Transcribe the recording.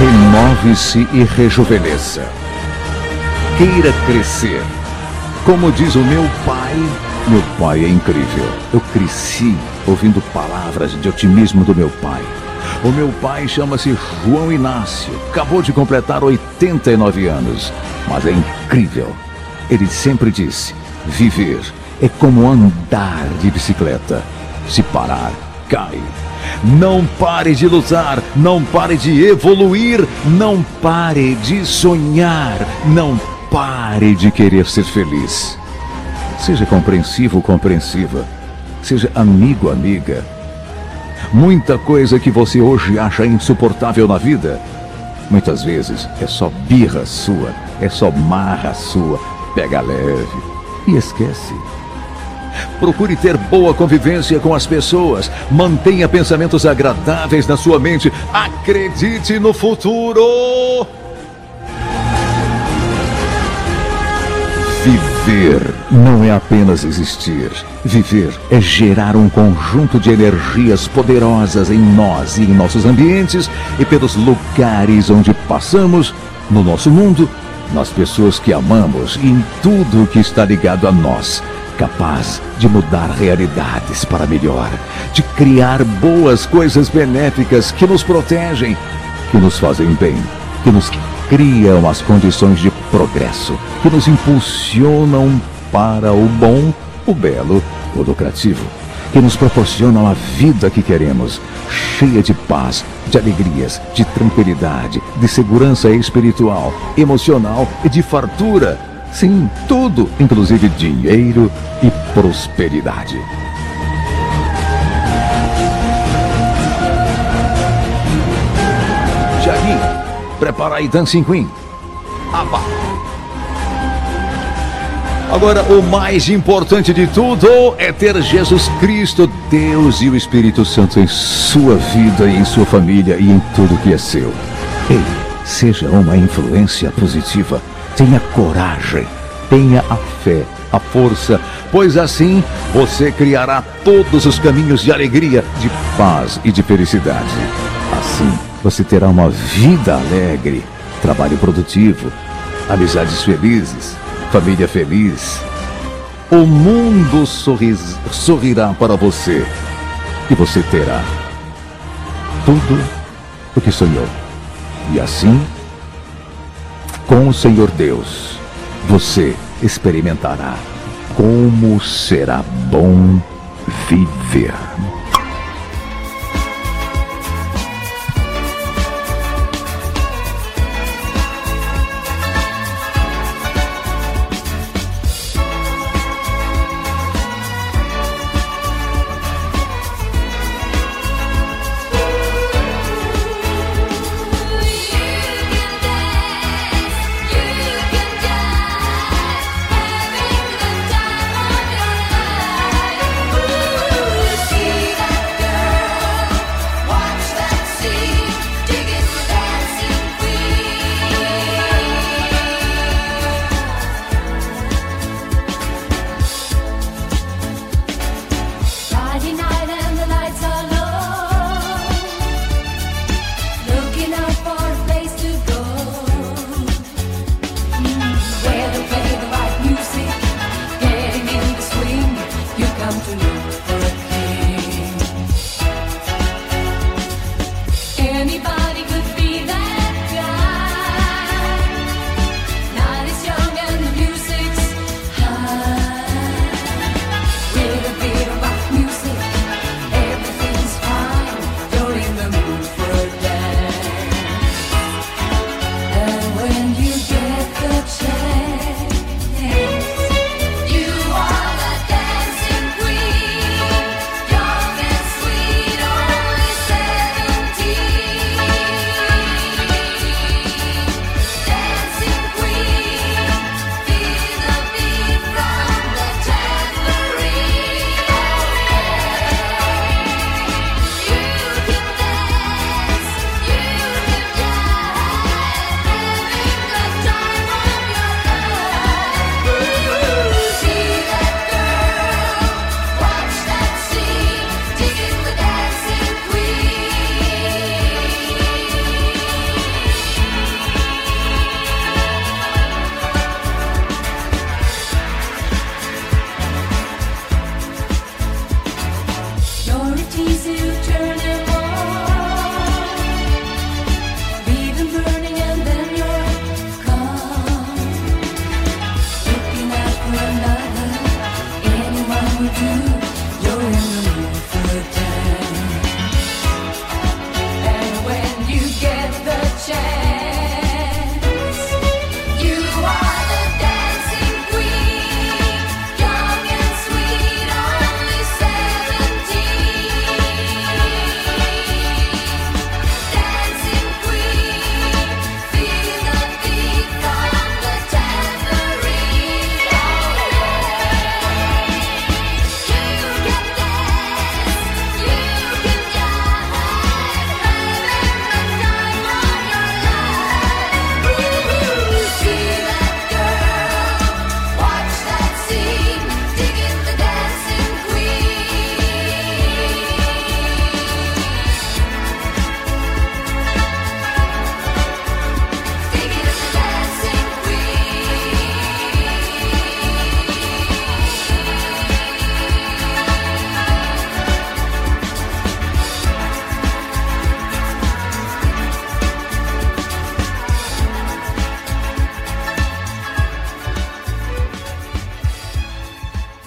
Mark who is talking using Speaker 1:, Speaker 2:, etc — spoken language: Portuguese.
Speaker 1: Renove-se e rejuvenesça. Queira crescer. Como diz o meu pai é incrível. Eu cresci ouvindo palavras de otimismo do meu pai. O meu pai chama-se João Inácio. Acabou de completar 89 anos. Mas é incrível. Ele sempre disse: viver é como andar de bicicleta. Se parar, cai. Não pare de lutar, não pare de evoluir, não pare de sonhar, não pare de querer ser feliz. Seja compreensivo, compreensiva. Seja amigo, amiga. Muita coisa que você hoje acha insuportável na vida, muitas vezes é só birra sua, é só marra sua. Pega leve e esquece. Procure ter boa convivência com as pessoas. Mantenha pensamentos agradáveis na sua mente. Acredite no futuro. Viver não é apenas existir. Viver é gerar um conjunto de energias poderosas em nós e em nossos ambientes e pelos lugares onde passamos, no nosso mundo, nas pessoas que amamos e em tudo que está ligado a nós. Capaz de mudar realidades para melhor, de criar boas coisas benéficas que nos protegem, que nos fazem bem, que nos criam as condições de progresso, que nos impulsionam para o bom, o belo, o lucrativo, que nos proporcionam a vida que queremos, cheia de paz, de alegrias, de tranquilidade, de segurança espiritual, emocional e de fartura. Sim, tudo, inclusive dinheiro e prosperidade. Tiaguinho, prepara aí Dancing Queen. Aba. Agora, o mais importante de tudo é ter Jesus Cristo, Deus e o Espírito Santo em sua vida e em sua família e em tudo que é seu. Ei, seja uma influência positiva. Tenha coragem, tenha a fé, a força, pois assim você criará todos os caminhos de alegria, de paz e de felicidade. Assim você terá uma vida alegre, trabalho produtivo, amizades felizes, família feliz. O mundo sorrirá para você e você terá tudo o que sonhou. E assim, com o Senhor Deus, você experimentará como será bom viver.